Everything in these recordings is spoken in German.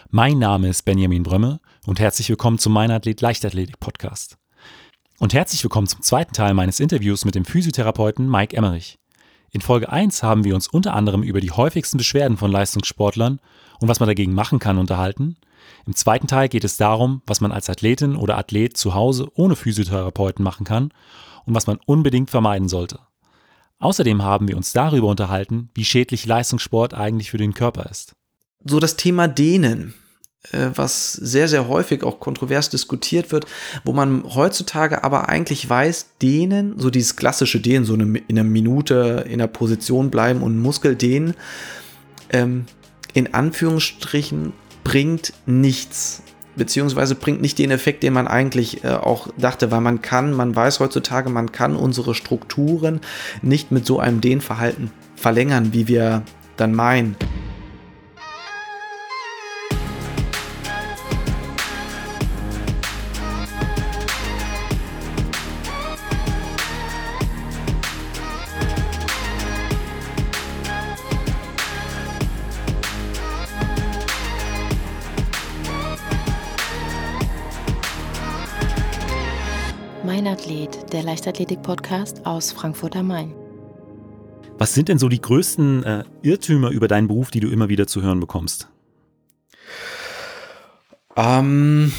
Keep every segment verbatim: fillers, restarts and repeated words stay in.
Mein Name ist Benjamin Brömme und herzlich willkommen zum Meinathlet Leichtathletik Podcast. Und herzlich willkommen zum zweiten Teil meines Interviews mit dem Physiotherapeuten Mike Emmerich. In Folge eins haben wir uns unter anderem über die häufigsten Beschwerden von Leistungssportlern und was man dagegen machen kann unterhalten. Im zweiten Teil geht es darum, was man als Athletin oder Athlet zu Hause ohne Physiotherapeuten machen kann und was man unbedingt vermeiden sollte. Außerdem haben wir uns darüber unterhalten, wie schädlich Leistungssport eigentlich für den Körper ist. So das Thema Dehnen, äh, was sehr, sehr häufig auch kontrovers diskutiert wird, wo man heutzutage aber eigentlich weiß, Dehnen, so dieses klassische Dehnen, so eine, in einer Minute in einer Position bleiben und Muskel dehnen, ähm, in Anführungsstrichen bringt nichts, beziehungsweise bringt nicht den Effekt, den man eigentlich äh, auch dachte, weil man kann, man weiß heutzutage, man kann unsere Strukturen nicht mit so einem Dehnverhalten verlängern, wie wir dann meinen. Meinathlet, der Leichtathletik-Podcast aus Frankfurt am Main. Was sind denn so die größten äh, Irrtümer über deinen Beruf, die du immer wieder zu hören bekommst? Ähm,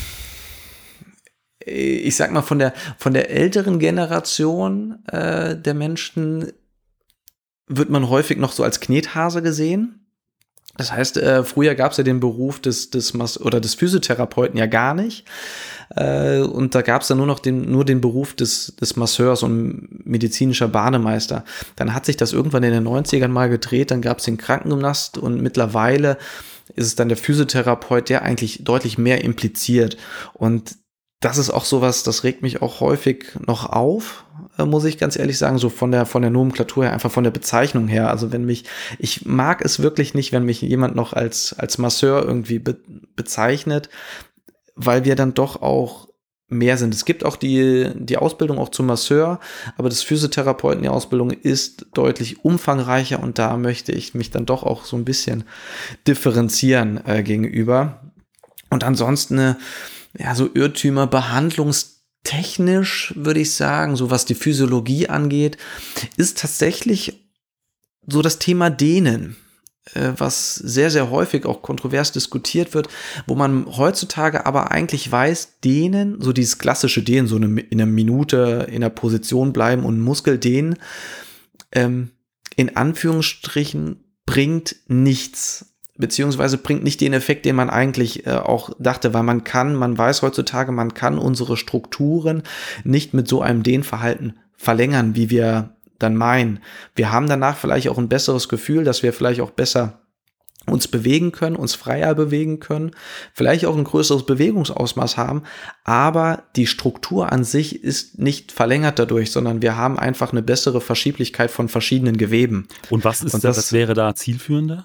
ich sag mal, von der, von der älteren Generation äh, der Menschen wird man häufig noch so als Knethase gesehen. Das heißt, äh, früher gab es ja den Beruf des, des Mas- oder des Physiotherapeuten ja gar nicht. Äh, und da gab es dann nur noch den, nur den Beruf des, des Masseurs und medizinischer Bademeister. Dann hat sich das irgendwann in den neunzigern mal gedreht, dann gab es den Krankengymnast und mittlerweile ist es dann der Physiotherapeut, der eigentlich deutlich mehr impliziert. Und das ist auch sowas, das regt mich auch häufig noch auf, äh, muss ich ganz ehrlich sagen, so von der von der Nomenklatur her, einfach von der Bezeichnung her. Also wenn mich, ich mag es wirklich nicht, wenn mich jemand noch als als Masseur irgendwie be- bezeichnet, weil wir dann doch auch mehr sind. Es gibt auch die die Ausbildung auch zum Masseur, aber das Physiotherapeuten, die Ausbildung ist deutlich umfangreicher und da möchte ich mich dann doch auch so ein bisschen differenzieren äh, gegenüber. Und ansonsten eine ja, so Irrtümer, behandlungstechnisch würde ich sagen, so was die Physiologie angeht, ist tatsächlich so das Thema Dehnen, äh, was sehr, sehr häufig auch kontrovers diskutiert wird, wo man heutzutage aber eigentlich weiß, Dehnen, so dieses klassische Dehnen, so eine, in einer Minute in einer Position bleiben und Muskel dehnen, ähm, in Anführungsstrichen bringt nichts. Beziehungsweise bringt nicht den Effekt, den man eigentlich äh, auch dachte, weil man kann, man weiß heutzutage, man kann unsere Strukturen nicht mit so einem Dehnverhalten verlängern, wie wir dann meinen. Wir haben danach vielleicht auch ein besseres Gefühl, dass wir vielleicht auch besser uns bewegen können, uns freier bewegen können, vielleicht auch ein größeres Bewegungsausmaß haben, aber die Struktur an sich ist nicht verlängert dadurch, sondern wir haben einfach eine bessere Verschieblichkeit von verschiedenen Geweben. Und was ist Und das, das, was wäre da zielführender?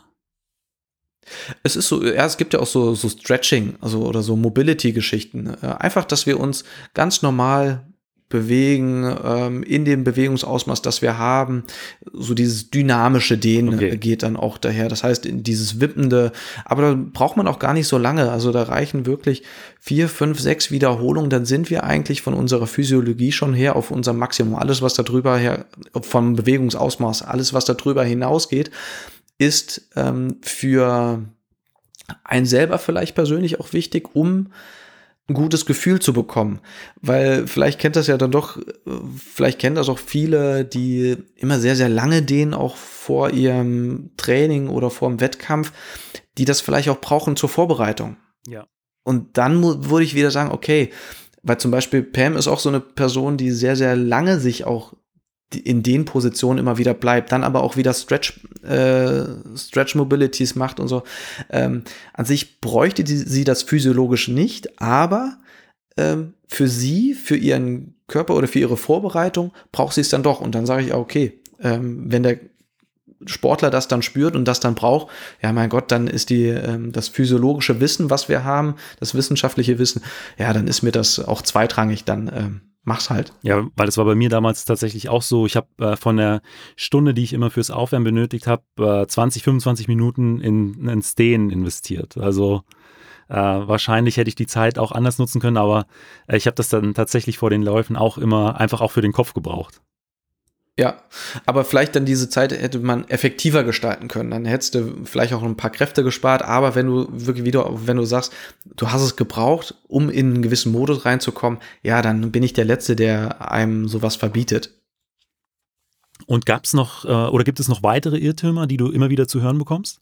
Es ist so, ja, es gibt ja auch so, so Stretching, also oder so Mobility-Geschichten. Einfach, dass wir uns ganz normal bewegen, ähm, in dem Bewegungsausmaß, das wir haben. So dieses dynamische Dehnen Okay. geht dann auch daher. Das heißt, dieses wippende, aber da braucht man auch gar nicht so lange. Also da reichen wirklich vier, fünf, sechs Wiederholungen. Dann sind wir eigentlich von unserer Physiologie schon her auf unserem Maximum. Alles, was da drüber her, vom Bewegungsausmaß, alles, was da drüber hinausgeht, ist ähm, für einen selber vielleicht persönlich auch wichtig, um ein gutes Gefühl zu bekommen. Weil vielleicht kennt das ja dann doch, vielleicht kennen das auch viele, die immer sehr, sehr lange dehnen, auch vor ihrem Training oder vor dem Wettkampf, die das vielleicht auch brauchen zur Vorbereitung. Ja. Und dann mu- würde ich wieder sagen, okay, weil zum Beispiel Pam ist auch so eine Person, die sehr, sehr lange sich auch in den Positionen immer wieder bleibt, dann aber auch wieder Stretch, äh, Stretch Mobilities macht und so. Ähm, an sich bräuchte die, sie das physiologisch nicht, aber ähm, für sie, für ihren Körper oder für ihre Vorbereitung braucht sie es dann doch. Und dann sage ich, okay, ähm, wenn der Sportler das dann spürt und das dann braucht, ja mein Gott, dann ist die ähm, das physiologische Wissen, was wir haben, das wissenschaftliche Wissen, ja, dann ist mir das auch zweitrangig, dann ähm, mach's halt. Ja, weil das war bei mir damals tatsächlich auch so. Ich habe äh, von der Stunde, die ich immer fürs Aufwärmen benötigt habe, äh, zwanzig, fünfundzwanzig Minuten in ins Dehnen investiert. Also Äh, wahrscheinlich hätte ich die Zeit auch anders nutzen können, aber äh, ich habe das dann tatsächlich vor den Läufen auch immer einfach auch für den Kopf gebraucht. Ja, aber vielleicht dann diese Zeit hätte man effektiver gestalten können. Dann hättest du vielleicht auch ein paar Kräfte gespart, aber wenn du wirklich wieder, wenn du sagst, du hast es gebraucht, um in einen gewissen Modus reinzukommen, ja, dann bin ich der Letzte, der einem sowas verbietet. Und gab es noch, äh, oder gibt es noch weitere Irrtümer, die du immer wieder zu hören bekommst?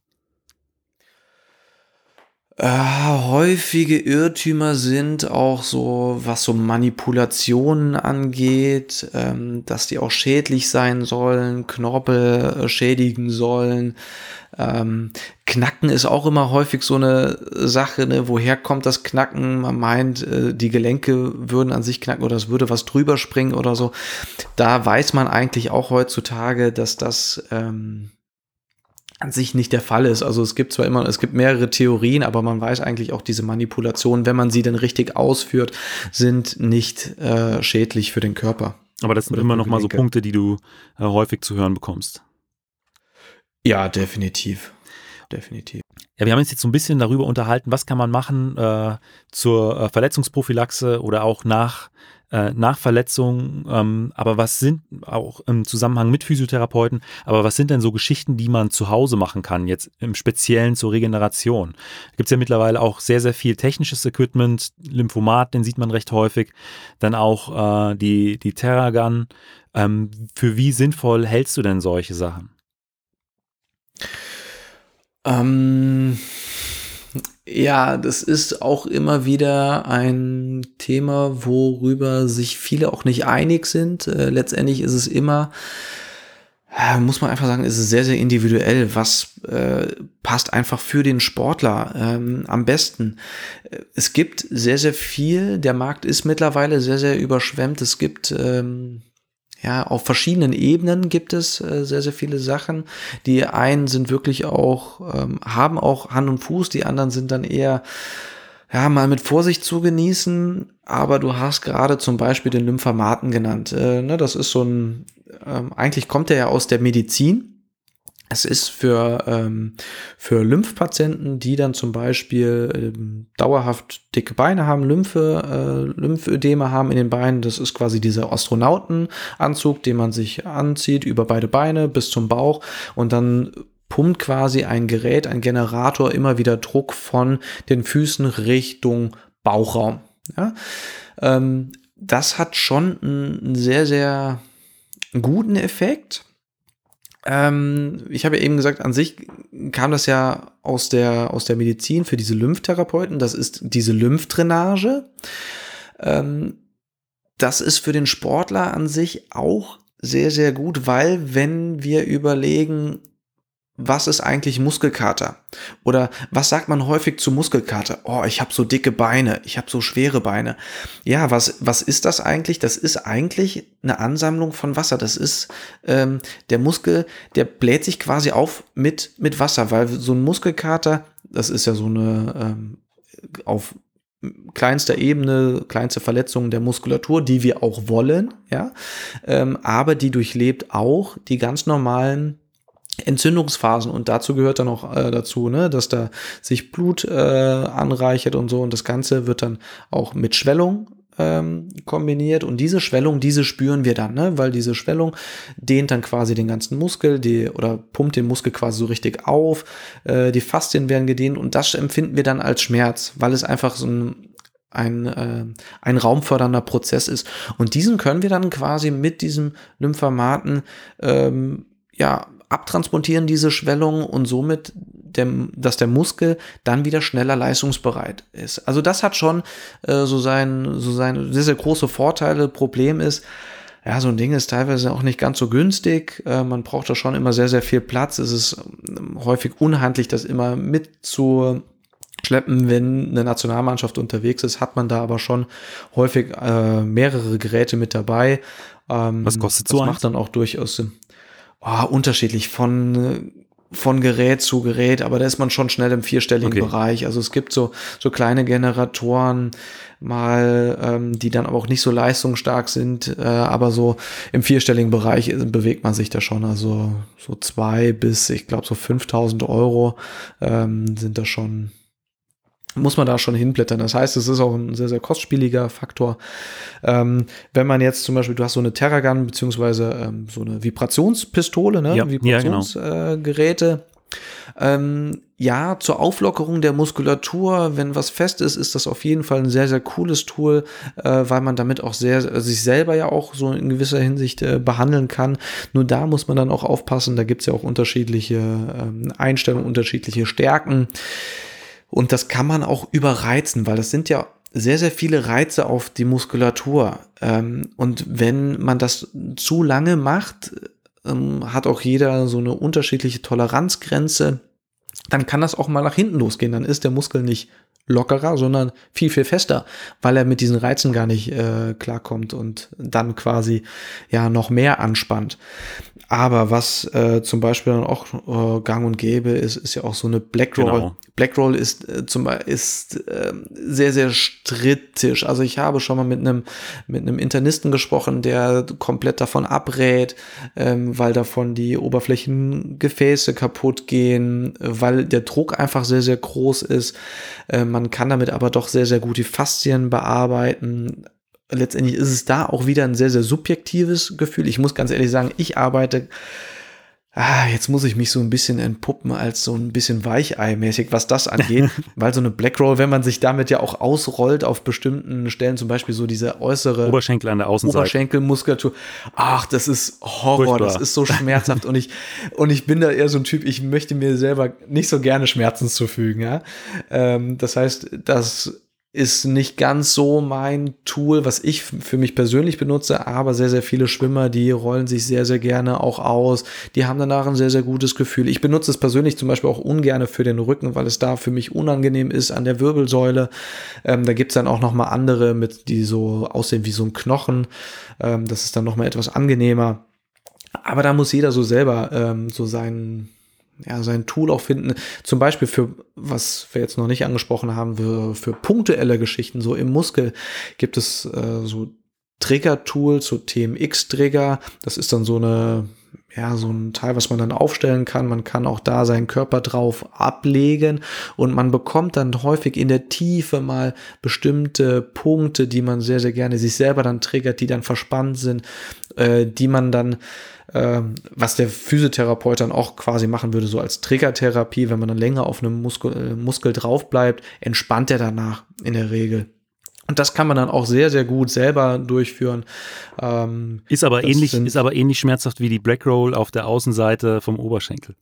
Äh, häufige Irrtümer sind auch so, was so Manipulationen angeht, ähm, dass die auch schädlich sein sollen, Knorpel äh, schädigen sollen. Ähm, Knacken ist auch immer häufig so eine Sache, ne? Woher kommt das Knacken? Man meint, äh, die Gelenke würden an sich knacken oder es würde was drüber springen oder so. Da weiß man eigentlich auch heutzutage, dass das ähm, an sich nicht der Fall ist. Also es gibt zwar immer, es gibt mehrere Theorien, aber man weiß eigentlich auch, diese Manipulationen, wenn man sie denn richtig ausführt, sind nicht äh, schädlich für den Körper. Aber das sind immer noch mal so Punkte, die du äh, häufig zu hören bekommst. Ja, definitiv. Definitiv. Ja, wir haben uns jetzt so ein bisschen darüber unterhalten, was kann man machen äh, zur äh, Verletzungsprophylaxe oder auch nach, äh, nach Verletzungen, ähm, aber was sind auch im Zusammenhang mit Physiotherapeuten, aber was sind denn so Geschichten, die man zu Hause machen kann, jetzt im Speziellen zur Regeneration? Da gibt es ja mittlerweile auch sehr, sehr viel technisches Equipment, Lymphomat, den sieht man recht häufig, dann auch äh, die, die Theragun. Ähm, für wie sinnvoll hältst du denn solche Sachen? Ähm, ja, das ist auch immer wieder ein Thema, worüber sich viele auch nicht einig sind. Äh, letztendlich ist es immer, äh, muss man einfach sagen, ist es sehr, sehr individuell. Was äh, passt einfach für den Sportler ähm, am besten? Es gibt sehr, sehr viel. Der Markt ist mittlerweile sehr, sehr überschwemmt. Es gibt ähm, Ja, auf verschiedenen Ebenen gibt es äh, sehr, sehr viele Sachen. Die einen sind wirklich auch, ähm, haben auch Hand und Fuß, die anderen sind dann eher, ja, mal mit Vorsicht zu genießen. Aber du hast gerade zum Beispiel den Lymphamaten genannt. Äh, ne, das ist so ein, ähm, eigentlich kommt der ja aus der Medizin. Es ist für, ähm, für Lymphpatienten, die dann zum Beispiel ähm, dauerhaft dicke Beine haben, Lymphe, äh, Lymphödeme haben in den Beinen. Das ist quasi dieser Astronautenanzug, den man sich anzieht über beide Beine bis zum Bauch und dann pumpt quasi ein Gerät, ein Generator immer wieder Druck von den Füßen Richtung Bauchraum. Ja? Ähm, das hat schon einen sehr, sehr guten Effekt. Ähm, ich habe ja eben gesagt, an sich kam das ja aus der, aus der Medizin für diese Lymphtherapeuten. Das ist diese Lymphdrainage. Ähm, das ist für den Sportler an sich auch sehr, sehr gut, weil wenn wir überlegen, was ist eigentlich Muskelkater? Oder was sagt man häufig zu Muskelkater? Oh, ich habe so dicke Beine, ich habe so schwere Beine. Ja, was, was ist das eigentlich? Das ist eigentlich eine Ansammlung von Wasser. Das ist ähm, der Muskel, der bläht sich quasi auf mit, mit Wasser, weil so ein Muskelkater, das ist ja so eine ähm, auf kleinster Ebene, kleinste Verletzungen der Muskulatur, die wir auch wollen, ja, ähm, aber die durchlebt auch die ganz normalen Entzündungsphasen und dazu gehört dann auch äh, dazu, ne, dass da sich Blut äh, anreichert und so und das Ganze wird dann auch mit Schwellung ähm, kombiniert und diese Schwellung, diese spüren wir dann, ne, weil diese Schwellung dehnt dann quasi den ganzen Muskel, die oder pumpt den Muskel quasi so richtig auf, äh, die Faszien werden gedehnt und das empfinden wir dann als Schmerz, weil es einfach so ein ein, äh, ein raumfördernder Prozess ist und diesen können wir dann quasi mit diesem Lymphamaten ähm, ja abtransportieren, diese Schwellung und somit, dem, dass der Muskel dann wieder schneller leistungsbereit ist. Also das hat schon äh, so sein, so sein sehr, sehr große Vorteile. Problem ist, ja, so ein Ding ist teilweise auch nicht ganz so günstig. Äh, man braucht da schon immer sehr, sehr viel Platz. Es ist ähm, häufig unhandlich, das immer mit zu schleppen, wenn eine Nationalmannschaft unterwegs ist, hat man da aber schon häufig äh, mehrere Geräte mit dabei. Ähm, Was kostet so das eins? macht dann auch durchaus Sinn. Oh, unterschiedlich von, von Gerät zu Gerät, aber da ist man schon schnell im vierstelligen Okay. Bereich. Also es gibt so, so kleine Generatoren mal, ähm, die dann aber auch nicht so leistungsstark sind, äh, aber so im vierstelligen Bereich bewegt man sich da schon. Also so zwei bis, ich glaube, so fünftausend Euro ähm, sind da schon muss man da schon hinblättern. Das heißt, es ist auch ein sehr, sehr kostspieliger Faktor. Ähm, wenn man jetzt zum Beispiel, du hast so eine Terragun, beziehungsweise ähm, so eine Vibrationspistole, ne? Ja, Vibrationsgeräte. Ja, genau. Ähm, ja, zur Auflockerung der Muskulatur, wenn was fest ist, ist das auf jeden Fall ein sehr, sehr cooles Tool, äh, weil man damit auch sehr, also sich selber ja auch so in gewisser Hinsicht äh, behandeln kann. Nur da muss man dann auch aufpassen, da gibt es ja auch unterschiedliche ähm, Einstellungen, unterschiedliche Stärken. Und das kann man auch überreizen, weil das sind ja sehr, sehr viele Reize auf die Muskulatur. Ähm, und wenn man das zu lange macht, ähm, hat auch jeder so eine unterschiedliche Toleranzgrenze, dann kann das auch mal nach hinten losgehen. Dann ist der Muskel nicht lockerer, sondern viel, viel fester, weil er mit diesen Reizen gar nicht äh, klarkommt und dann quasi ja noch mehr anspannt. Aber was äh, zum Beispiel dann auch äh, gang und gäbe ist, ist ja auch so eine Black Roll. Genau. Black Roll ist äh, zum ist äh, sehr, sehr strittig. Also ich habe schon mal mit einem mit einem Internisten gesprochen, der komplett davon abrät, ähm, weil davon die Oberflächengefäße kaputt gehen, weil der Druck einfach sehr, sehr groß ist. Äh, man kann damit aber doch sehr, sehr gut die Faszien bearbeiten. Letztendlich ist es da auch wieder ein sehr, sehr subjektives Gefühl. Ich muss ganz ehrlich sagen, ich arbeite, ah, jetzt muss ich mich so ein bisschen entpuppen als so ein bisschen Weichei-mäßig, was das angeht, weil so eine Black Roll, wenn man sich damit ja auch ausrollt auf bestimmten Stellen, zum Beispiel so diese äußere Oberschenkel an der Außenseite. Oberschenkelmuskulatur, ach, das ist Horror, Furchtbar. Das ist so schmerzhaft und ich, und ich bin da eher so ein Typ, ich möchte mir selber nicht so gerne Schmerzen zufügen, ja. Ähm, das heißt, das ist nicht ganz so mein Tool, was ich für mich persönlich benutze, aber sehr, sehr viele Schwimmer, die rollen sich sehr, sehr gerne auch aus. Die haben danach ein sehr, sehr gutes Gefühl. Ich benutze es persönlich zum Beispiel auch ungern für den Rücken, weil es da für mich unangenehm ist an der Wirbelsäule. Ähm, da gibt's dann auch noch mal andere, mit die so aussehen wie so ein Knochen. Ähm, das ist dann noch mal etwas angenehmer. Aber da muss jeder so selber ähm, so seinen ja, sein Tool auch finden, zum Beispiel für, was wir jetzt noch nicht angesprochen haben, für, für punktuelle Geschichten, so im Muskel gibt es äh, so Trigger-Tools, so T M X-Trigger, das ist dann so eine, ja, so ein Teil, was man dann aufstellen kann, man kann auch da seinen Körper drauf ablegen und man bekommt dann häufig in der Tiefe mal bestimmte Punkte, die man sehr, sehr gerne sich selber dann triggert, die dann verspannt sind, äh, die man dann was der Physiotherapeut dann auch quasi machen würde, so als Triggertherapie, wenn man dann länger auf einem Muskel, Muskel drauf bleibt, entspannt er danach in der Regel. Und das kann man dann auch sehr, sehr gut selber durchführen. Ähm, ist aber ähnlich, ist aber ähnlich schmerzhaft wie die Black Roll auf der Außenseite vom Oberschenkel.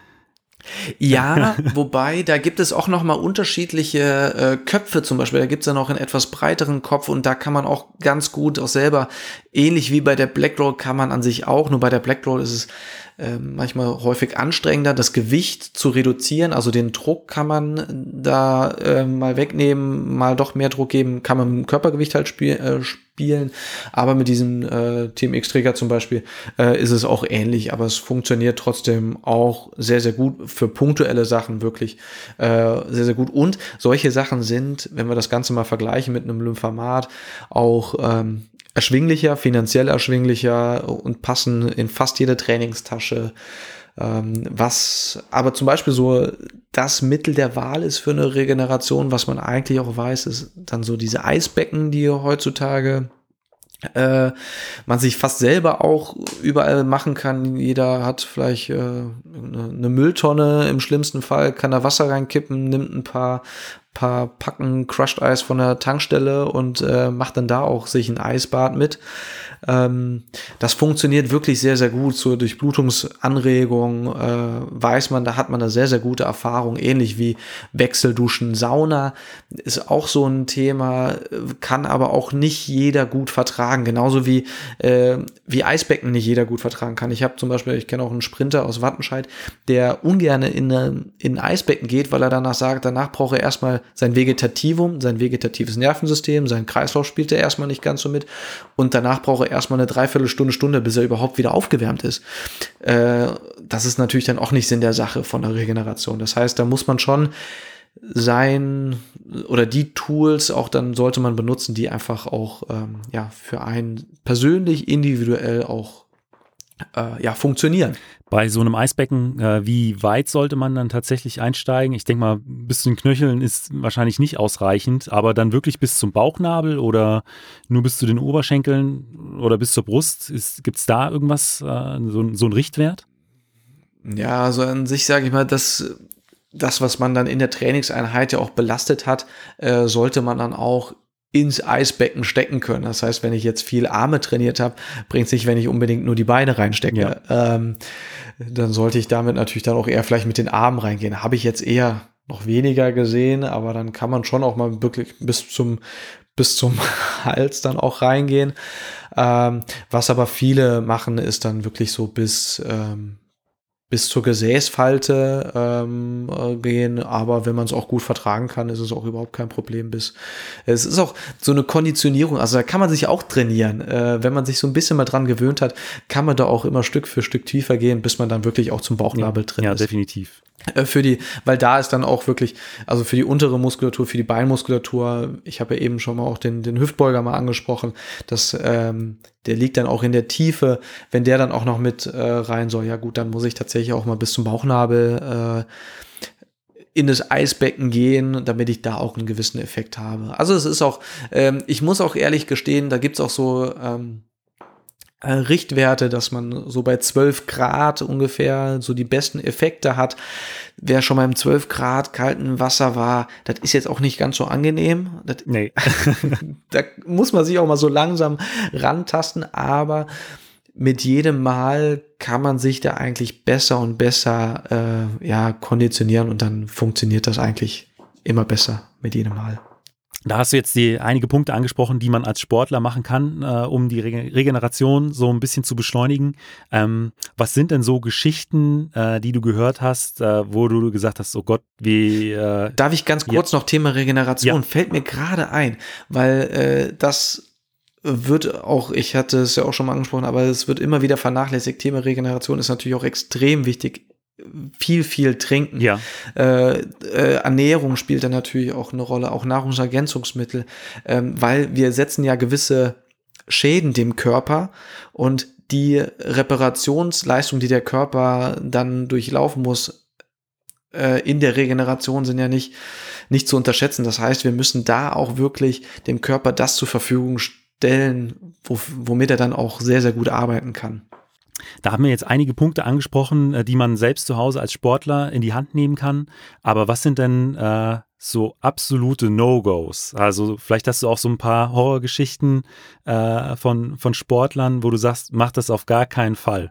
Ja, wobei, da gibt es auch noch mal unterschiedliche äh, Köpfe zum Beispiel. Da gibt es dann auch einen etwas breiteren Kopf und da kann man auch ganz gut auch selber, ähnlich wie bei der Black Roll kann man an sich auch, nur bei der Black Roll ist es äh, manchmal häufig anstrengender, das Gewicht zu reduzieren. Also den Druck kann man da äh, mal wegnehmen, mal doch mehr Druck geben, kann man mit dem Körpergewicht halt spiel, äh, spielen. Aber mit diesem äh, T M X-Trigger zum Beispiel äh, ist es auch ähnlich, aber es funktioniert trotzdem auch sehr, sehr gut für punktuelle Sachen wirklich äh, sehr, sehr gut. Und solche Sachen sind, wenn wir das Ganze mal vergleichen mit einem Lymphamat, auch ähm, erschwinglicher, finanziell erschwinglicher und passen in fast jede Trainingstasche. Ähm, was aber zum Beispiel so das Mittel der Wahl ist für eine Regeneration, was man eigentlich auch weiß, ist dann so diese Eisbecken, die heutzutage äh, man sich fast selber auch überall machen kann. Jeder hat vielleicht äh, eine, eine Mülltonne, im schlimmsten Fall kann da Wasser reinkippen, nimmt ein paar paar Packen Crushed Eis von der Tankstelle und äh, macht dann da auch sich ein Eisbad mit. Ähm, das funktioniert wirklich sehr, sehr gut zur Durchblutungsanregung, äh, weiß man, da hat man eine sehr, sehr gute Erfahrung, ähnlich wie Wechselduschen, Sauna ist auch so ein Thema, kann aber auch nicht jeder gut vertragen, genauso wie, äh, wie Eisbecken nicht jeder gut vertragen kann. Ich habe zum Beispiel, ich kenne auch einen Sprinter aus Wattenscheid, der ungern in, in ein Eisbecken geht, weil er danach sagt, danach braucht er erstmal sein Vegetativum, sein vegetatives Nervensystem, sein Kreislauf spielt er erstmal nicht ganz so mit und danach braucht er erstmal eine Dreiviertelstunde, Stunde, bis er überhaupt wieder aufgewärmt ist. Äh, das ist natürlich dann auch nicht Sinn der Sache von der Regeneration. Das heißt, da muss man schon sein oder die Tools auch dann sollte man benutzen, die einfach auch ähm, ja für einen persönlich individuell auch äh, ja, funktionieren. Bei so einem Eisbecken, äh, wie weit sollte man dann tatsächlich einsteigen? Ich denke mal, bis zu den Knöcheln ist wahrscheinlich nicht ausreichend, aber dann wirklich bis zum Bauchnabel oder nur bis zu den Oberschenkeln oder bis zur Brust? Gibt es da irgendwas, äh, so, so einen Richtwert? Ja, also an sich sage ich mal, dass das, was man dann in der Trainingseinheit ja auch belastet hat, äh, sollte man dann auch ins Eisbecken stecken können. Das heißt, wenn ich jetzt viel Arme trainiert habe, bringt es nicht, wenn ich unbedingt nur die Beine reinstecke. Ja. Ähm, dann sollte ich damit natürlich dann auch eher vielleicht mit den Armen reingehen. Habe ich jetzt eher noch weniger gesehen, aber dann kann man schon auch mal wirklich bis zum bis zum Hals dann auch reingehen. Ähm, was aber viele machen, ist dann wirklich so bis ähm, bis zur Gesäßfalte ähm, äh, gehen, aber wenn man es auch gut vertragen kann, ist es auch überhaupt kein Problem. Bis es ist auch so eine Konditionierung, also da kann man sich auch trainieren. Äh, wenn man sich so ein bisschen mal dran gewöhnt hat, kann man da auch immer Stück für Stück tiefer gehen, bis man dann wirklich auch zum Bauchnabel ja, drin ja, ist. Ja, definitiv. Für die, weil da ist dann auch wirklich, also für die untere Muskulatur, für die Beinmuskulatur, ich habe ja eben schon mal auch den, den Hüftbeuger mal angesprochen, dass ähm, der liegt dann auch in der Tiefe, wenn der dann auch noch mit äh, rein soll, ja gut, dann muss ich tatsächlich auch mal bis zum Bauchnabel äh, in das Eisbecken gehen, damit ich da auch einen gewissen Effekt habe. Also es ist auch, ähm, ich muss auch ehrlich gestehen, da gibt's auch so ähm, Richtwerte, dass man so bei zwölf Grad ungefähr so die besten Effekte hat. Wer schon mal im zwölf Grad kalten Wasser war, das ist jetzt auch nicht ganz so angenehm. Das, nee. Da muss man sich auch mal so langsam rantasten, aber mit jedem Mal kann man sich da eigentlich besser und besser äh, ja, konditionieren und dann funktioniert das eigentlich immer besser mit jedem Mal. Da hast du jetzt die einige Punkte angesprochen, die man als Sportler machen kann, äh, um die Re- Regeneration so ein bisschen zu beschleunigen. Ähm, was sind denn so Geschichten, äh, die du gehört hast, äh, wo du gesagt hast, oh Gott, wie... Äh, Darf ich ganz kurz ja. noch Thema Regeneration? Ja. Fällt mir gerade ein, weil äh, das wird auch, ich hatte es ja auch schon mal angesprochen, aber es wird immer wieder vernachlässigt. Thema Regeneration ist natürlich auch extrem wichtig. Viel, viel trinken. Ja. Äh, äh, Ernährung spielt da natürlich auch eine Rolle, auch Nahrungsergänzungsmittel, ähm, weil wir setzen ja gewisse Schäden dem Körper und die Reparationsleistung, die der Körper dann durchlaufen muss, äh, in der Regeneration sind ja nicht, nicht zu unterschätzen. Das heißt, wir müssen da auch wirklich dem Körper das zur Verfügung stellen, wo, womit er dann auch sehr, sehr gut arbeiten kann. Da haben wir jetzt einige Punkte angesprochen, die man selbst zu Hause als Sportler in die Hand nehmen kann. Aber was sind denn äh, so absolute No-Gos? Also vielleicht hast du auch so ein paar Horrorgeschichten äh, von, von Sportlern, wo du sagst, mach das auf gar keinen Fall.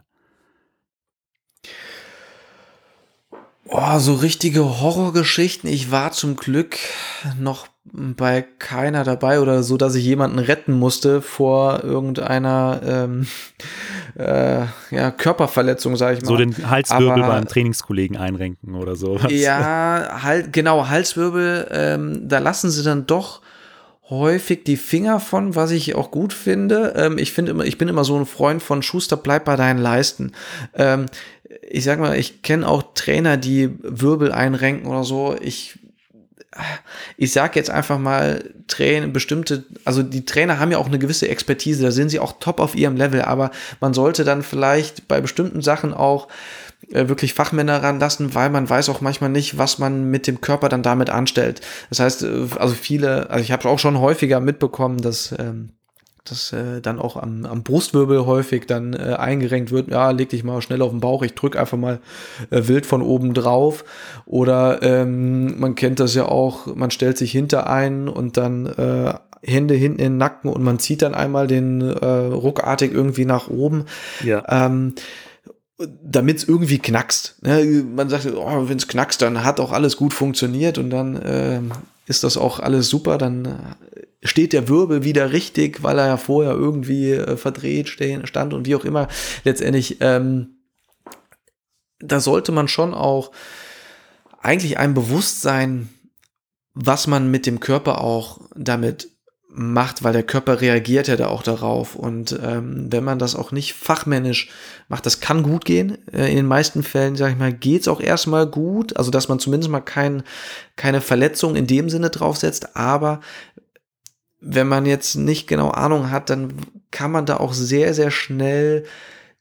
Oh, so richtige Horrorgeschichten. Ich war zum Glück noch bei keiner dabei oder so, dass ich jemanden retten musste vor irgendeiner ähm, äh, ja, Körperverletzung, sage ich mal. So den Halswirbel Aber, beim Trainingskollegen einrenken oder so. Ja, halt, genau, Halswirbel, ähm, da lassen sie dann doch häufig die Finger von, was ich auch gut finde. Ähm, ich finde immer, ich bin immer so ein Freund von Schuster, bleib bei deinen Leisten. Ähm, ich sag mal, ich kenne auch Trainer, die Wirbel einrenken oder so. Ich Ich sag jetzt einfach mal, Trainer, bestimmte, also die Trainer haben ja auch eine gewisse Expertise, da sind sie auch top auf ihrem Level, aber man sollte dann vielleicht bei bestimmten Sachen auch äh, wirklich Fachmänner ranlassen, weil man weiß auch manchmal nicht, was man mit dem Körper dann damit anstellt. Das heißt, also viele, also ich habe auch schon häufiger mitbekommen, dass ähm, dass äh, dann auch am, am Brustwirbel häufig dann äh, eingerenkt wird, ja, leg dich mal schnell auf den Bauch, ich drück einfach mal äh, wild von oben drauf. Oder ähm, man kennt das ja auch, man stellt sich hinter einen und dann äh, Hände hinten in den Nacken und man zieht dann einmal den äh, ruckartig irgendwie nach oben. Ja. Ähm, damit es irgendwie knackst. Ne? Man sagt, oh, wenn es knackst, dann hat auch alles gut funktioniert und dann äh, ist das auch alles super, dann äh, steht der Wirbel wieder richtig, weil er ja vorher irgendwie äh, verdreht stehen, stand und wie auch immer. Letztendlich, ähm, da sollte man schon auch eigentlich ein Bewusstsein, was man mit dem Körper auch damit macht, weil der Körper reagiert ja da auch darauf. Und ähm, wenn man das auch nicht fachmännisch macht, das kann gut gehen. Äh, in den meisten Fällen, sage ich mal, geht's auch erstmal gut. Also, dass man zumindest mal kein, keine Verletzung in dem Sinne draufsetzt. Aber wenn man jetzt nicht genau Ahnung hat, dann kann man da auch sehr, sehr schnell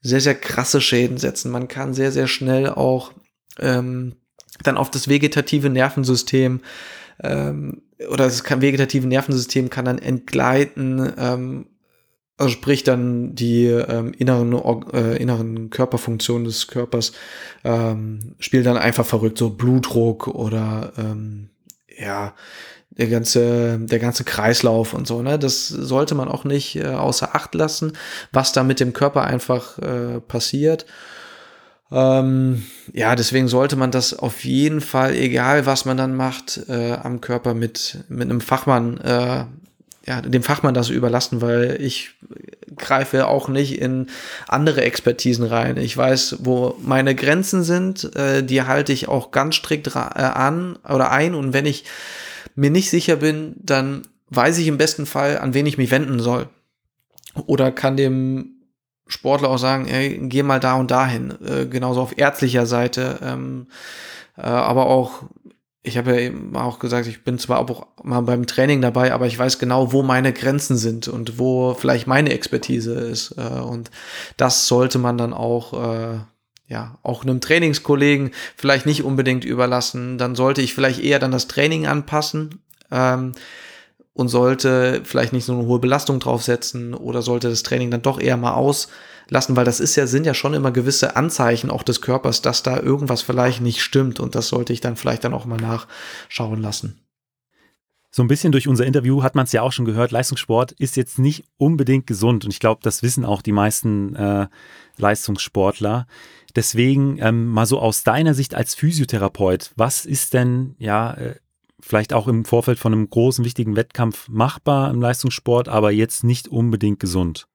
sehr, sehr krasse Schäden setzen. Man kann sehr, sehr schnell auch ähm, dann auf das vegetative Nervensystem ähm, oder das kann, vegetative Nervensystem kann dann entgleiten, ähm, also sprich dann die ähm, inneren, äh, inneren Körperfunktionen des Körpers ähm, spielen dann einfach verrückt, so Blutdruck oder ähm, ja, der ganze, der ganze Kreislauf und so, ne? Das sollte man auch nicht äh, außer Acht lassen, was da mit dem Körper einfach äh, passiert. Ähm, ja, deswegen sollte man das auf jeden Fall, egal was man dann macht, äh, am Körper mit, mit einem Fachmann, äh, ja, dem Fachmann das überlassen, weil ich greife auch nicht in andere Expertisen rein. Ich weiß, wo meine Grenzen sind, äh, die halte ich auch ganz strikt ra- äh, an oder ein, und wenn ich mir nicht sicher bin, dann weiß ich im besten Fall, an wen ich mich wenden soll. Oder kann dem Sportler auch sagen, ey, geh mal da und dahin. Äh, genauso auf ärztlicher Seite. Ähm, äh, aber auch, ich habe ja eben auch gesagt, ich bin zwar auch mal beim Training dabei, aber ich weiß genau, wo meine Grenzen sind und wo vielleicht meine Expertise ist. Äh, und das sollte man dann auch, äh, ja, auch einem Trainingskollegen vielleicht nicht unbedingt überlassen. Dann sollte ich vielleicht eher dann das Training anpassen. Ähm, und sollte vielleicht nicht so eine hohe Belastung draufsetzen oder sollte das Training dann doch eher mal auslassen, weil das ist ja, sind ja schon immer gewisse Anzeichen auch des Körpers, dass da irgendwas vielleicht nicht stimmt, und das sollte ich dann vielleicht dann auch mal nachschauen lassen. So ein bisschen durch unser Interview hat man es ja auch schon gehört, Leistungssport ist jetzt nicht unbedingt gesund, und ich glaube, das wissen auch die meisten äh, Leistungssportler. Deswegen ähm, mal so aus deiner Sicht als Physiotherapeut, was ist denn, ja, äh, vielleicht auch im Vorfeld von einem großen, wichtigen Wettkampf machbar im Leistungssport, aber jetzt nicht unbedingt gesund?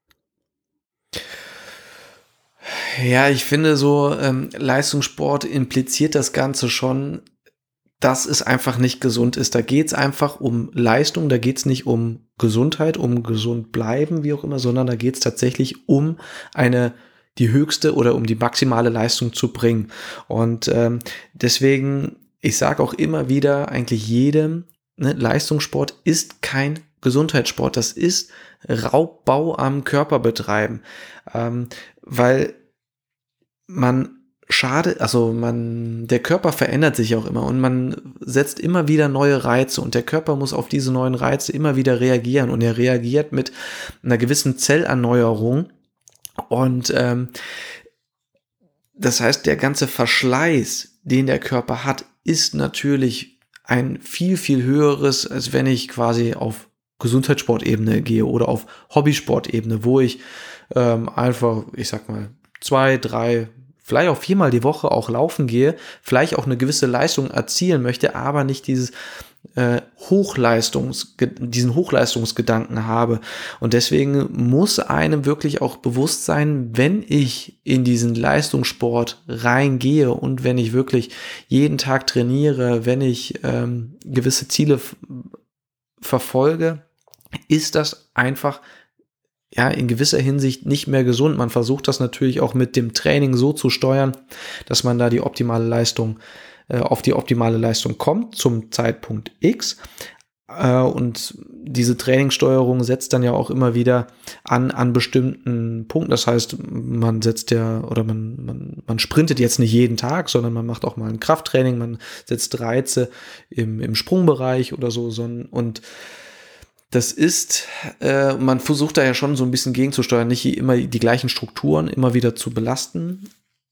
Ja, ich finde so, ähm, Leistungssport impliziert das Ganze schon, dass es einfach nicht gesund ist. Da geht es einfach um Leistung, da geht es nicht um Gesundheit, um gesund bleiben, wie auch immer, sondern da geht es tatsächlich um eine, die höchste oder um die maximale Leistung zu bringen. Und ähm, deswegen, ich sage auch immer wieder eigentlich jedem, ne, Leistungssport ist kein Gesundheitssport. Das ist Raubbau am Körper betreiben. Ähm, weil man schade, also man, der Körper verändert sich auch immer und man setzt immer wieder neue Reize und der Körper muss auf diese neuen Reize immer wieder reagieren und er reagiert mit einer gewissen Zellerneuerung und ähm, das heißt, der ganze Verschleiß, den der Körper hat, ist natürlich ein viel, viel höheres, als wenn ich quasi auf Gesundheitssportebene gehe oder auf Hobbysportebene, wo ich ähm, einfach, ich sag mal, zwei, drei, vielleicht auch viermal die Woche auch laufen gehe, vielleicht auch eine gewisse Leistung erzielen möchte, aber nicht dieses äh, Hochleistungs, diesen Hochleistungsgedanken habe. Und deswegen muss einem wirklich auch bewusst sein, wenn ich in diesen Leistungssport reingehe und wenn ich wirklich jeden Tag trainiere, wenn ich ähm, gewisse Ziele f- verfolge, ist das einfach ja, in gewisser Hinsicht nicht mehr gesund. Man versucht das natürlich auch mit dem Training so zu steuern, dass man da die optimale Leistung, äh, auf die optimale Leistung kommt zum Zeitpunkt X. Äh, und diese Trainingssteuerung setzt dann ja auch immer wieder an, an bestimmten Punkten. Das heißt, man setzt ja, oder man, man, man sprintet jetzt nicht jeden Tag, sondern man macht auch mal ein Krafttraining, man setzt Reize im, im Sprungbereich oder so, sondern, und das ist, äh, man versucht da ja schon so ein bisschen gegenzusteuern, nicht immer die gleichen Strukturen immer wieder zu belasten,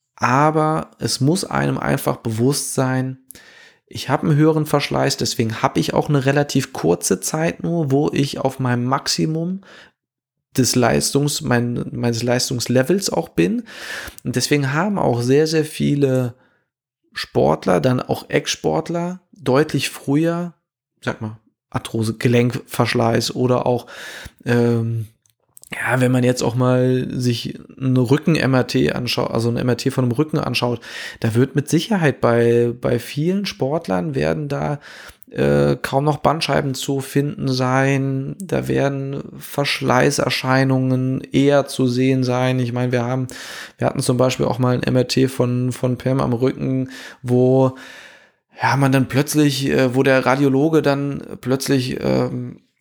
aber es muss einem einfach bewusst sein, ich habe einen höheren Verschleiß, deswegen habe ich auch eine relativ kurze Zeit nur, wo ich auf meinem Maximum des Leistungs, mein, meines Leistungslevels auch bin, und deswegen haben auch sehr, sehr viele Sportler, dann auch Ex-Sportler, deutlich früher, sag mal, Arthrose, Gelenkverschleiß oder auch, ähm, ja, wenn man jetzt auch mal sich einen Rücken-M R T anschaut, also ein M R T von einem Rücken anschaut, da wird mit Sicherheit bei, bei vielen Sportlern werden da äh, kaum noch Bandscheiben zu finden sein, da werden Verschleißerscheinungen eher zu sehen sein. Ich meine, wir haben, wir hatten zum Beispiel auch mal ein M R T von, von Pam am Rücken, wo ja, man dann plötzlich, äh, wo der Radiologe dann plötzlich ähm,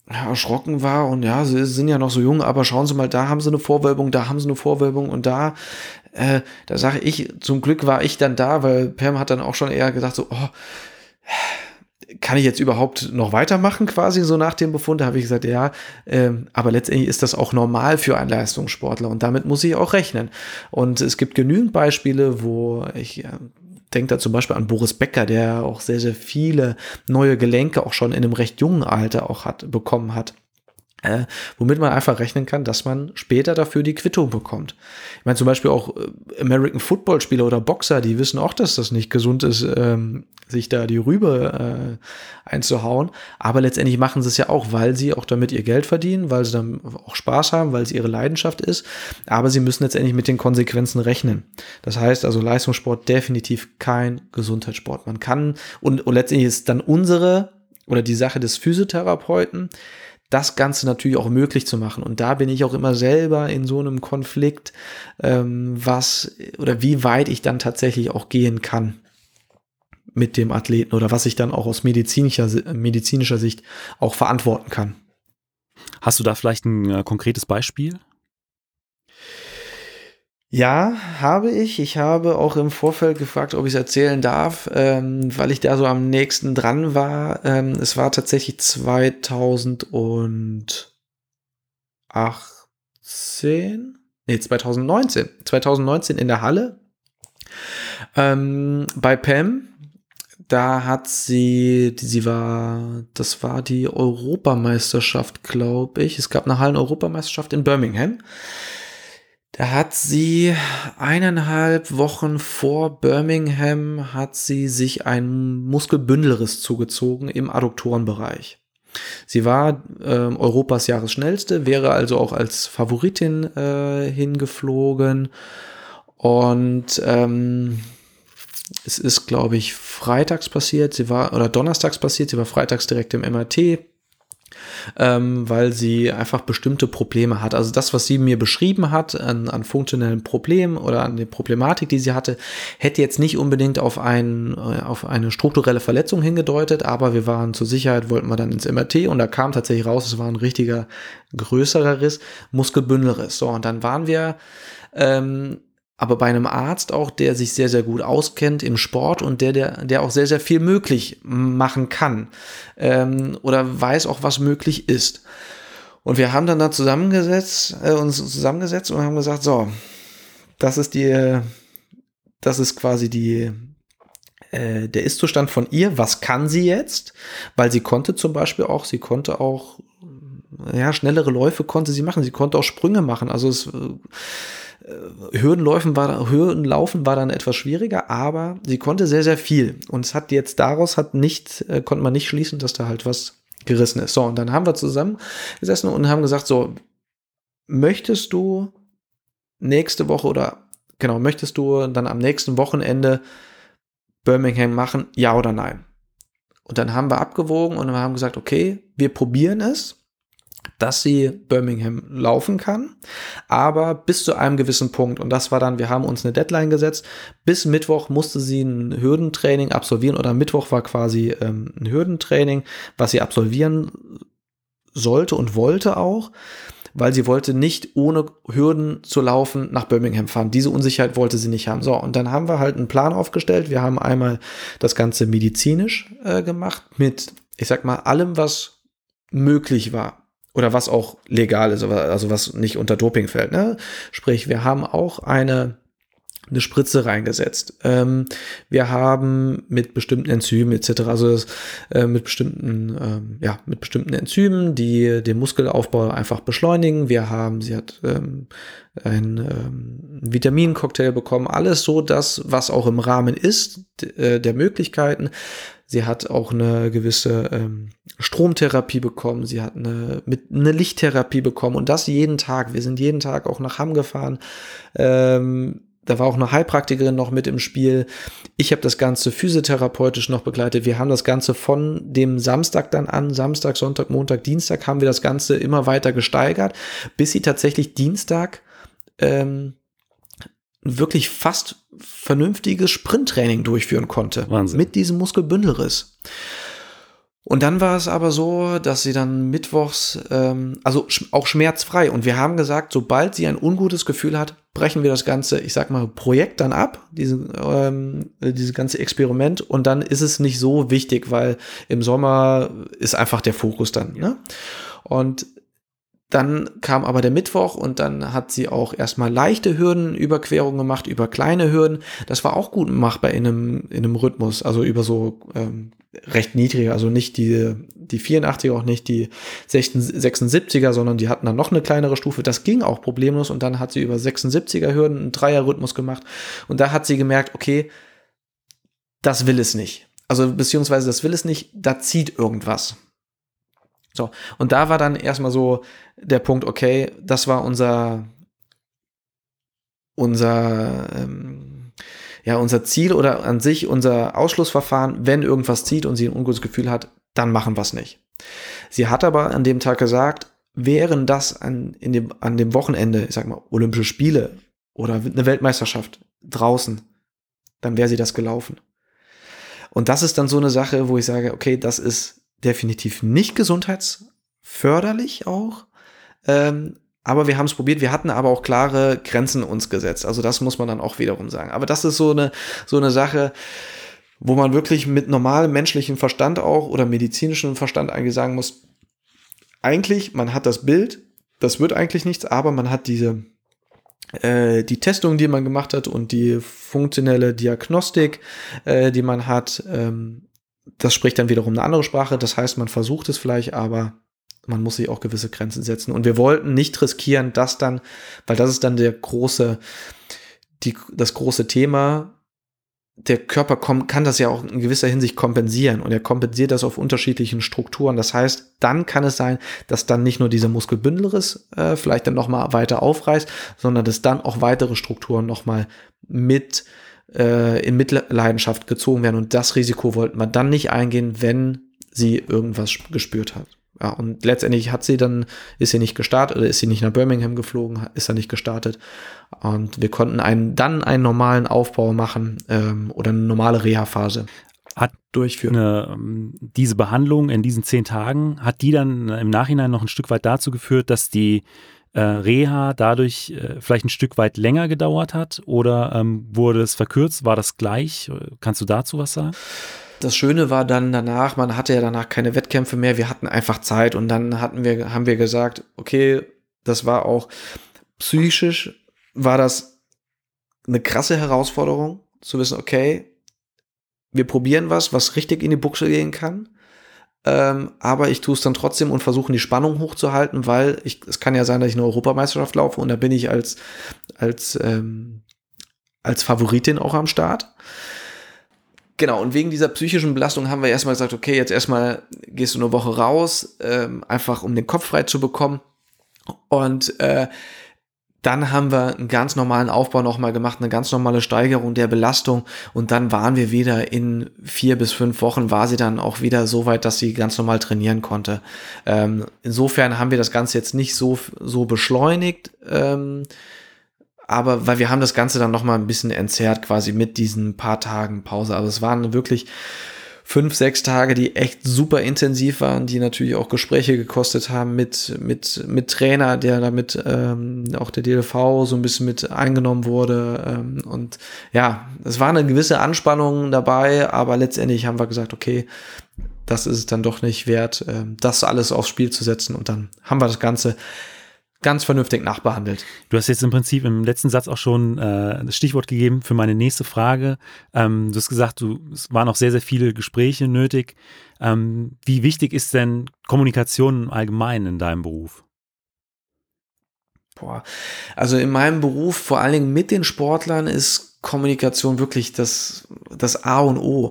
ja, erschrocken war und ja, sie sind ja noch so jung, aber schauen Sie mal, da haben sie eine Vorwölbung, da haben sie eine Vorwölbung und da, äh, da sage ich, zum Glück war ich dann da, weil Pam hat dann auch schon eher gesagt so, oh, kann ich jetzt überhaupt noch weitermachen quasi so nach dem Befund? Da habe ich gesagt, ja, ähm, aber letztendlich ist das auch normal für einen Leistungssportler und damit muss ich auch rechnen. Und es gibt genügend Beispiele, wo ich äh, denke da zum Beispiel an Boris Becker, der auch sehr, sehr viele neue Gelenke auch schon in einem recht jungen Alter auch hat, bekommen hat. Äh, womit man einfach rechnen kann, dass man später dafür die Quittung bekommt. Ich meine zum Beispiel auch äh, American Football Spieler oder Boxer, die wissen auch, dass das nicht gesund ist, ähm, sich da die Rübe äh, einzuhauen, aber letztendlich machen sie es ja auch, weil sie auch damit ihr Geld verdienen, weil sie dann auch Spaß haben, weil es ihre Leidenschaft ist, aber sie müssen letztendlich mit den Konsequenzen rechnen. Das heißt also Leistungssport definitiv kein Gesundheitssport. Man kann, und, und letztendlich ist dann unsere oder die Sache des Physiotherapeuten, das Ganze natürlich auch möglich zu machen. Und da bin ich auch immer selber in so einem Konflikt, ähm, was oder wie weit ich dann tatsächlich auch gehen kann mit dem Athleten oder was ich dann auch aus medizinischer, medizinischer Sicht auch verantworten kann. Hast du da vielleicht ein äh, konkretes Beispiel? Ja, habe ich. Ich habe auch im Vorfeld gefragt, ob ich es erzählen darf, ähm, weil ich da so am nächsten dran war. Ähm, es war tatsächlich zweitausendachtzehn, nee, zweitausendneunzehn, zweitausendneunzehn in der Halle ähm, bei Pam. Da hat sie, sie war, das war die Europameisterschaft, glaube ich. Es gab eine Hallen-Europameisterschaft in Birmingham. Da hat sie eineinhalb Wochen vor Birmingham hat sie sich einen Muskelbündelriss zugezogen im Adduktorenbereich. Sie war äh, Europas Jahresschnellste, wäre also auch als Favoritin äh, hingeflogen und ähm, es ist, glaube ich, freitags passiert, sie war, oder donnerstags passiert, sie war freitags direkt im M R T, ähm, weil sie einfach bestimmte Probleme hat. Also das, was sie mir beschrieben hat an, an funktionellen Problemen oder an der Problematik, die sie hatte, hätte jetzt nicht unbedingt auf, ein, auf eine strukturelle Verletzung hingedeutet, aber wir waren zur Sicherheit, wollten wir dann ins M R T und da kam tatsächlich raus, es war ein richtiger größerer Riss, Muskelbündelriss. So, und dann waren wir ähm, aber bei einem Arzt auch, der sich sehr, sehr gut auskennt im Sport und der, der, der auch sehr, sehr viel möglich machen kann ähm, oder weiß auch, was möglich ist. Und wir haben dann da zusammengesetzt, äh, uns zusammengesetzt und haben gesagt, so, das ist die, das ist quasi die, äh, der Ist-Zustand von ihr. Was kann sie jetzt? Weil sie konnte zum Beispiel auch, sie konnte auch, ja, schnellere Läufe konnte sie machen. Sie konnte auch Sprünge machen. Also es Hürdenlaufen war, Hürdenlaufen war dann etwas schwieriger, aber sie konnte sehr, sehr viel. Und es hat jetzt daraus hat nicht, äh, konnte man nicht schließen, dass da halt was gerissen ist. So, und dann haben wir zusammengesessen und haben gesagt, so, möchtest du nächste Woche oder, genau, möchtest du dann am nächsten Wochenende Birmingham machen, ja oder nein? Und dann haben wir abgewogen und wir haben gesagt, okay, wir probieren es, dass sie Birmingham laufen kann, aber bis zu einem gewissen Punkt. Und das war dann, wir haben uns eine Deadline gesetzt, bis Mittwoch musste sie ein Hürdentraining absolvieren oder Mittwoch war quasi ähm, ein Hürdentraining, was sie absolvieren sollte und wollte auch, weil sie wollte nicht ohne Hürden zu laufen nach Birmingham fahren. Diese Unsicherheit wollte sie nicht haben. So, und dann haben wir halt einen Plan aufgestellt. Wir haben einmal das Ganze medizinisch äh, gemacht mit, ich sag mal, allem, was möglich war. Oder was auch legal ist, also was nicht unter Doping fällt. Ne? Sprich, wir haben auch eine, eine Spritze reingesetzt. Ähm, wir haben mit bestimmten Enzymen et cetera, also das, äh, mit bestimmten, ähm, ja, mit bestimmten Enzymen, die den Muskelaufbau einfach beschleunigen. Wir haben, sie hat ähm, einen ähm, Vitamincocktail bekommen. Alles so das, was auch im Rahmen ist d- der Möglichkeiten. Sie hat auch eine gewisse ähm, Stromtherapie bekommen. Sie hat eine, mit, eine Lichttherapie bekommen und das jeden Tag. Wir sind jeden Tag auch nach Hamm gefahren. Ähm, da war auch eine Heilpraktikerin noch mit im Spiel. Ich habe das Ganze physiotherapeutisch noch begleitet. Wir haben das Ganze von dem Samstag dann an, Samstag, Sonntag, Montag, Dienstag, haben wir das Ganze immer weiter gesteigert, bis sie tatsächlich Dienstag ähm, wirklich fast vernünftiges Sprinttraining durchführen konnte. Wahnsinn. Mit diesem Muskelbündelriss. Und dann war es aber so, dass sie dann mittwochs, ähm, also sch- auch schmerzfrei. Und wir haben gesagt, sobald sie ein ungutes Gefühl hat, brechen wir das ganze, ich sag mal, Projekt dann ab, diese, ähm, diese ganze Experiment. Und dann ist es nicht so wichtig, weil im Sommer ist einfach der Fokus dann. Ne? Und dann kam aber der Mittwoch und dann hat sie auch erstmal leichte Hürdenüberquerungen gemacht, über kleine Hürden. Das war auch gut machbar in einem, in einem Rhythmus, also über so ähm, recht niedrige, also nicht die, die vierundachtziger, auch nicht die sechsundsiebziger, sondern die hatten dann noch eine kleinere Stufe. Das ging auch problemlos und dann hat sie über sechsundsiebziger Hürden einen Dreierrhythmus gemacht und da hat sie gemerkt, okay, das will es nicht. Also beziehungsweise das will es nicht, da zieht irgendwas. So, und da war dann erstmal so der Punkt, okay, das war unser, unser, ähm, ja, unser Ziel oder an sich unser Ausschlussverfahren. Wenn irgendwas zieht und sie ein ungutes Gefühl hat, dann machen wir es nicht. Sie hat aber an dem Tag gesagt, wären das an, in dem, an dem Wochenende, ich sag mal, Olympische Spiele oder eine Weltmeisterschaft draußen, dann wäre sie das gelaufen. Und das ist dann so eine Sache, wo ich sage, okay, das ist definitiv nicht gesundheitsförderlich auch, ähm, aber wir haben es probiert, wir hatten aber auch klare Grenzen uns gesetzt, also das muss man dann auch wiederum sagen, aber das ist so eine, so eine Sache, wo man wirklich mit normalem menschlichem Verstand auch oder medizinischem Verstand eigentlich sagen muss, eigentlich, man hat das Bild, das wird eigentlich nichts, aber man hat diese äh, die Testung, die man gemacht hat und die funktionelle Diagnostik, äh, die man hat, ähm, das spricht dann wiederum eine andere Sprache. Das heißt, man versucht es vielleicht, aber man muss sich auch gewisse Grenzen setzen. Und wir wollten nicht riskieren, dass dann, weil das ist dann der große, die, das große Thema, der Körper kom- kann das ja auch in gewisser Hinsicht kompensieren und er kompensiert das auf unterschiedlichen Strukturen. Das heißt, dann kann es sein, dass dann nicht nur dieser Muskelbündelriss äh, vielleicht dann nochmal weiter aufreißt, sondern dass dann auch weitere Strukturen nochmal mit äh, in Mitleidenschaft gezogen werden. Und das Risiko wollten wir dann nicht eingehen, wenn sie irgendwas gespürt hat. Ja, und letztendlich hat sie dann, ist sie nicht gestartet, oder ist sie nicht nach Birmingham geflogen, ist er nicht gestartet. Und wir konnten einen, dann einen normalen Aufbau machen ähm, oder eine normale Reha-Phase hat durchführen. Eine, diese Behandlung in diesen zehn Tagen, hat die dann im Nachhinein noch ein Stück weit dazu geführt, dass die äh, Reha dadurch äh, vielleicht ein Stück weit länger gedauert hat? Oder ähm, wurde es verkürzt? War das gleich? Kannst du dazu was sagen? Das Schöne war dann danach, man hatte ja danach keine Wettkämpfe mehr, wir hatten einfach Zeit und dann hatten wir, haben wir gesagt, okay, das war auch psychisch, war das eine krasse Herausforderung, zu wissen, okay, wir probieren was, was richtig in die Buchse gehen kann, ähm, aber ich tue es dann trotzdem und versuche die Spannung hochzuhalten, weil ich, es kann ja sein, dass ich eine Europameisterschaft laufe und da bin ich als, als, ähm, als Favoritin auch am Start. Genau, und wegen dieser psychischen Belastung haben wir erstmal gesagt, okay, jetzt erstmal gehst du eine Woche raus, ähm, einfach um den Kopf frei zu bekommen. Und äh, dann haben wir einen ganz normalen Aufbau nochmal gemacht, eine ganz normale Steigerung der Belastung. Und dann waren wir wieder in vier bis fünf Wochen, war sie dann auch wieder so weit, dass sie ganz normal trainieren konnte. Ähm, insofern haben wir das Ganze jetzt nicht so, so beschleunigt, ähm, aber weil wir haben das Ganze dann noch mal ein bisschen entzerrt quasi mit diesen paar Tagen Pause. Also es waren wirklich fünf, sechs Tage, die echt super intensiv waren, die natürlich auch Gespräche gekostet haben mit mit mit Trainer, der damit ähm, auch der D L V so ein bisschen mit eingenommen wurde. Ähm, und ja, es war eine gewisse Anspannung dabei, aber letztendlich haben wir gesagt, okay, das ist es dann doch nicht wert, ähm, das alles aufs Spiel zu setzen. Und dann haben wir das Ganze ganz vernünftig nachbehandelt. Du hast jetzt im Prinzip im letzten Satz auch schon äh, das Stichwort gegeben für meine nächste Frage. Ähm, du hast gesagt, du, es waren noch sehr, sehr viele Gespräche nötig. Ähm, wie wichtig ist denn Kommunikation im Allgemeinen in deinem Beruf? Boah, also in meinem Beruf, vor allen Dingen mit den Sportlern, ist Kommunikation wirklich das, das A und O,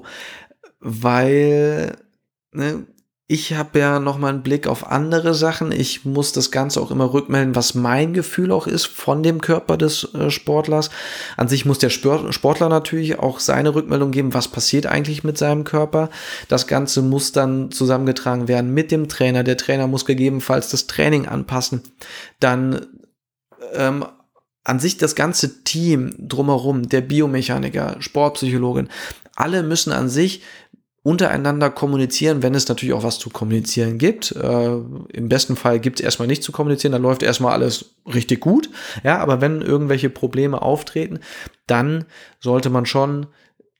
weil ne, ich habe ja noch mal einen Blick auf andere Sachen. Ich muss das Ganze auch immer rückmelden, was mein Gefühl auch ist von dem Körper des äh, Sportlers. An sich muss der Sport, Sportler natürlich auch seine Rückmeldung geben, was passiert eigentlich mit seinem Körper. Das Ganze muss dann zusammengetragen werden mit dem Trainer. Der Trainer muss gegebenenfalls das Training anpassen. Dann ähm, an sich das ganze Team drumherum, der Biomechaniker, Sportpsychologin, alle müssen an sich untereinander kommunizieren, wenn es natürlich auch was zu kommunizieren gibt. Äh, im besten Fall gibt es erstmal nichts zu kommunizieren, dann läuft erstmal alles richtig gut. Ja, aber wenn irgendwelche Probleme auftreten, dann sollte man schon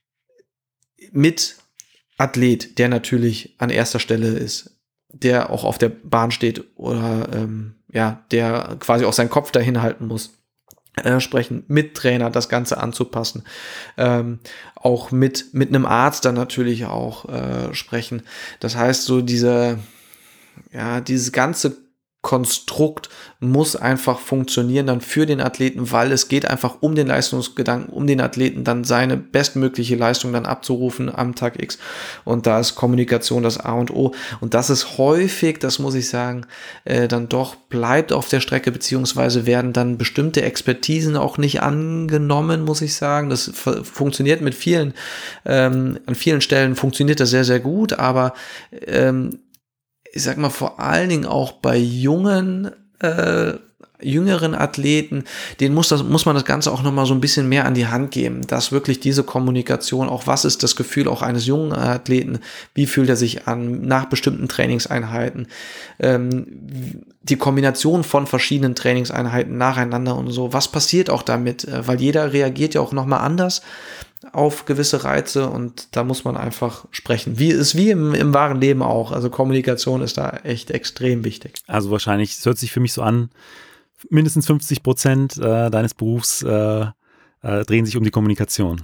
mit Athlet, der natürlich an erster Stelle ist, der auch auf der Bahn steht oder ähm, ja, der quasi auch seinen Kopf dahin halten muss, Äh, sprechen, mit Trainer das Ganze anzupassen, ähm, auch mit mit einem Arzt dann natürlich auch äh, sprechen. Das heißt, so diese, ja, dieses ganze Konstrukt muss einfach funktionieren dann für den Athleten, weil es geht einfach um den Leistungsgedanken, um den Athleten dann seine bestmögliche Leistung dann abzurufen am Tag X. Und da ist Kommunikation das A und O. Und das ist häufig, das muss ich sagen, äh, dann doch bleibt auf der Strecke, beziehungsweise werden dann bestimmte Expertisen auch nicht angenommen, muss ich sagen. Das f- funktioniert mit vielen, ähm, an vielen Stellen funktioniert das sehr, sehr gut, aber ähm, ich sag mal, vor allen Dingen auch bei jungen, äh, jüngeren Athleten, denen muss das, muss man das Ganze auch nochmal so ein bisschen mehr an die Hand geben, dass wirklich diese Kommunikation, auch was ist das Gefühl auch eines jungen Athleten, wie fühlt er sich an nach bestimmten Trainingseinheiten, ähm, die Kombination von verschiedenen Trainingseinheiten nacheinander und so, was passiert auch damit, weil jeder reagiert ja auch nochmal anders auf gewisse Reize und da muss man einfach sprechen. Wie ist wie im, im wahren Leben auch. Also Kommunikation ist da echt extrem wichtig. Also wahrscheinlich, es hört sich für mich so an, mindestens fünfzig Prozent äh, deines Berufs äh, äh, drehen sich um die Kommunikation.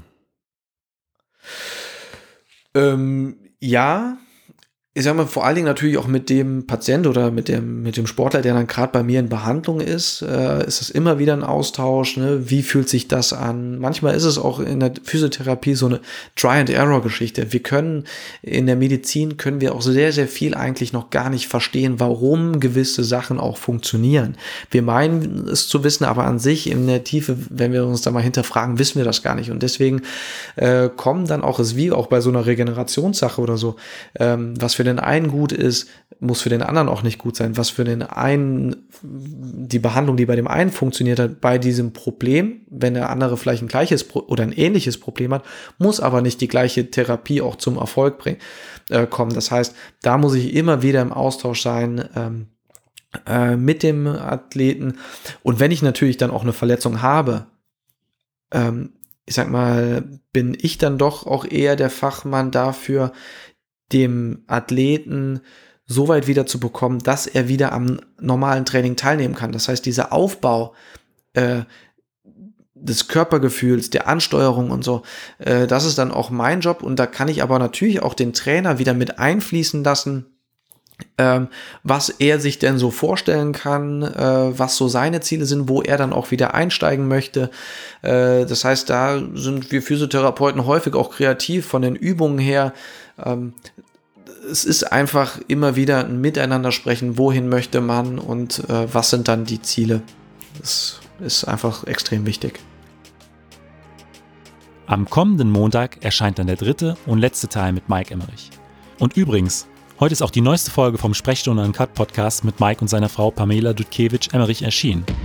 Ähm, ja, ich sag mal, vor allen Dingen natürlich auch mit dem Patient oder mit dem, mit dem Sportler, der dann gerade bei mir in Behandlung ist, äh, ist es immer wieder ein Austausch, ne? Wie fühlt sich das an? Manchmal ist es auch in der Physiotherapie so eine Try-and-Error-Geschichte. Wir können, in der Medizin können wir auch sehr, sehr viel eigentlich noch gar nicht verstehen, warum gewisse Sachen auch funktionieren. Wir meinen es zu wissen, aber an sich in der Tiefe, wenn wir uns da mal hinterfragen, wissen wir das gar nicht. Und deswegen äh, kommen dann auch, es wie auch bei so einer Regenerationssache oder so, ähm, was für den einen gut ist, muss für den anderen auch nicht gut sein. Was für den einen, die Behandlung, die bei dem einen funktioniert hat, bei diesem Problem, wenn der andere vielleicht ein gleiches Pro- oder ein ähnliches Problem hat, muss aber nicht die gleiche Therapie auch zum Erfolg bringen, äh, kommen. Das heißt, da muss ich immer wieder im Austausch sein, ähm, äh, mit dem Athleten. Und wenn ich natürlich dann auch eine Verletzung habe, ähm, ich sag mal, bin ich dann doch auch eher der Fachmann dafür, dem Athleten so weit wieder zu bekommen, dass er wieder am normalen Training teilnehmen kann. Das heißt, dieser Aufbau äh, des Körpergefühls, der Ansteuerung und so, äh, das ist dann auch mein Job. Und da kann ich aber natürlich auch den Trainer wieder mit einfließen lassen, ähm, was er sich denn so vorstellen kann, äh, was so seine Ziele sind, wo er dann auch wieder einsteigen möchte. Äh, das heißt, da sind wir Physiotherapeuten häufig auch kreativ von den Übungen her. Ähm, es ist einfach immer wieder ein Miteinander sprechen, wohin möchte man und äh, was sind dann die Ziele. Das ist einfach extrem wichtig. Am kommenden Montag erscheint dann der dritte und letzte Teil mit Mike Emmerich. Und übrigens, heute ist auch die neueste Folge vom Sprechstunde Uncut Podcast mit Mike und seiner Frau Pamela Dudkiewicz-Emmerich erschienen.